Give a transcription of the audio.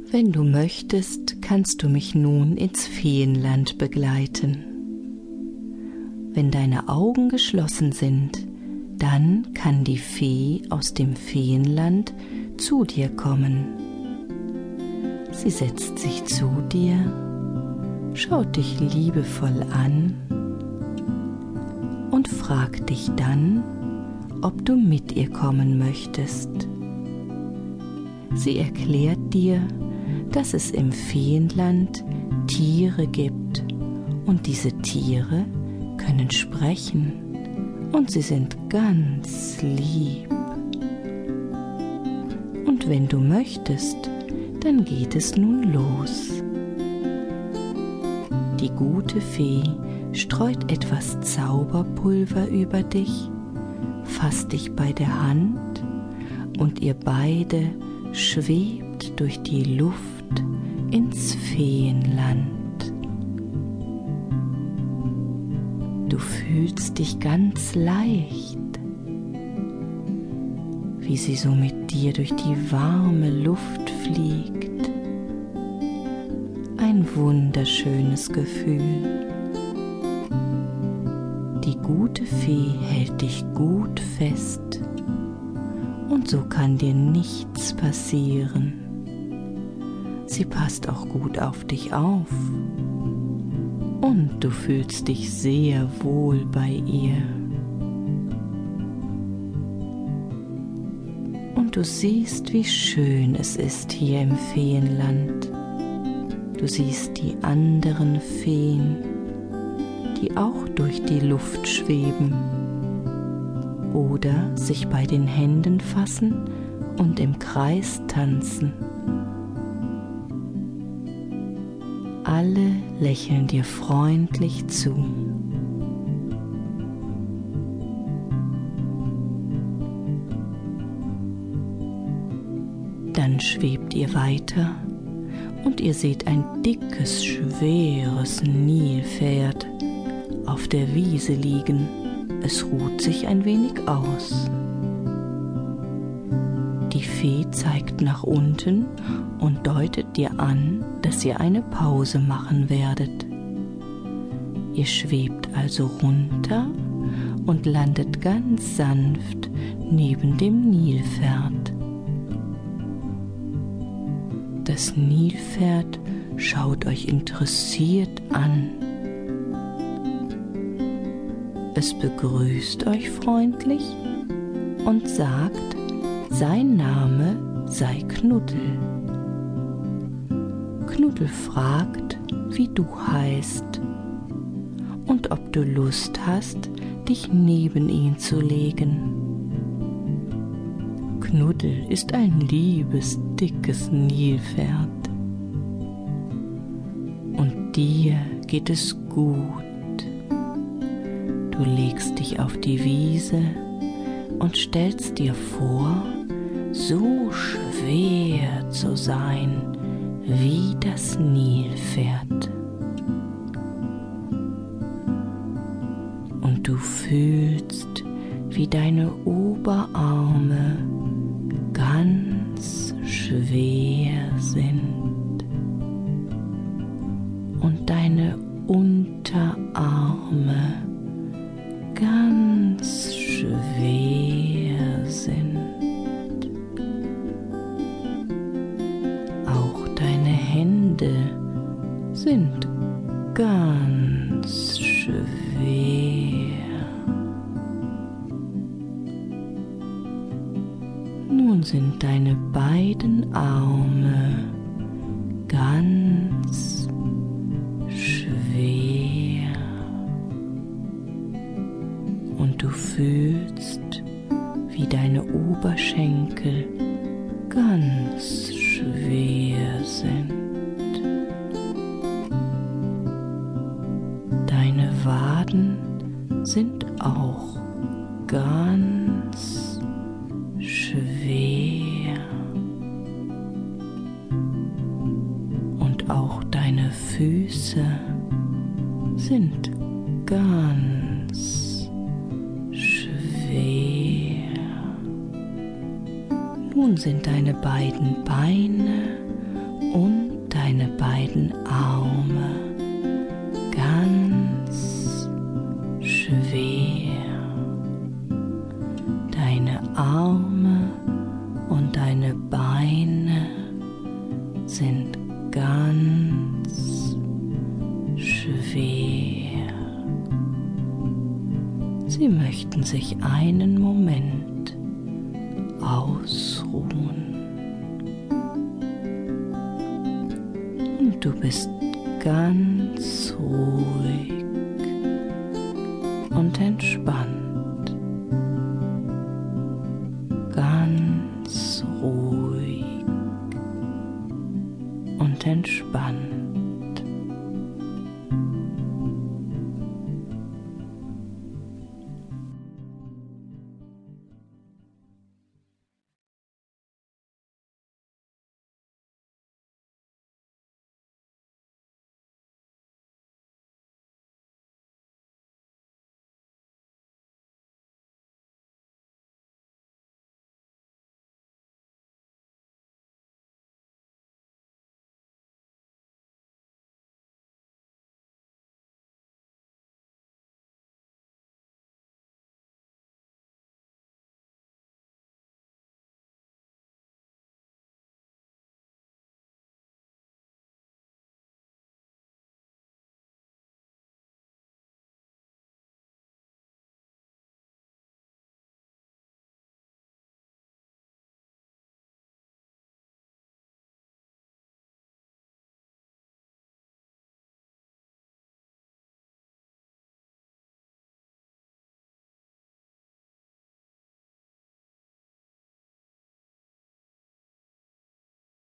Wenn du möchtest, kannst du mich nun ins Feenland begleiten. Wenn deine Augen geschlossen sind, dann kann die Fee aus dem Feenland zu dir kommen. Sie setzt sich zu dir, schaut dich liebevoll an und fragt dich dann, ob du mit ihr kommen möchtest. Sie erklärt dir, dass es im Feenland Tiere gibt und diese Tiere können sprechen und sie sind ganz lieb. Und wenn du möchtest, dann geht es nun los. Die gute Fee streut etwas Zauberpulver über dich, fasst dich bei der Hand und ihr beide schwebt durch die Luft ins Feenland. Du fühlst dich ganz leicht, wie sie so mit dir durch die warme Luft fliegt. Ein wunderschönes Gefühl. Die gute Fee hält dich gut fest und so kann dir nichts passieren. Sie passt auch gut auf dich auf und du fühlst dich sehr wohl bei ihr. Und du siehst, wie schön es ist hier im Feenland. Du siehst die anderen Feen, die auch durch die Luft schweben oder sich bei den Händen fassen und im Kreis tanzen. Alle lächeln dir freundlich zu. Dann schwebt ihr weiter und ihr seht ein dickes, schweres Nilpferd auf der Wiese liegen. Es ruht sich ein wenig aus. Die Fee zeigt nach unten und deutet dir an, dass ihr eine Pause machen werdet. Ihr schwebt also runter und landet ganz sanft neben dem Nilpferd. Das Nilpferd schaut euch interessiert an. Es begrüßt euch freundlich und sagt, sein Name sei Knuddel. Knuddel fragt, wie du heißt und ob du Lust hast, dich neben ihn zu legen. Knuddel ist ein liebes, dickes Nilpferd. Und dir geht es gut. Du legst dich auf die Wiese und stellst dir vor, so schwer zu sein wie das Nilpferd. Und du fühlst, wie deine Oberarme ganz schwer sind und deine Unterarme ganz schwer sind. Auch deine Hände sind ganz schwer. Nun sind deine beiden Arme ganz schwer und du fühlst, wie deine Oberschenkel ganz schwer sind. Deine Waden sind auch ganz schwer und auch deine Füße sind ganz schwer. Nun sind deine beiden Beine und deine beiden Arme ganz schwer. Deine Arme und deine Beine sind ganz schwer. Sie möchten sich einen Moment ausruhen. Und du bist ganz ruhig und entspannt. Ganz ruhig und entspannt.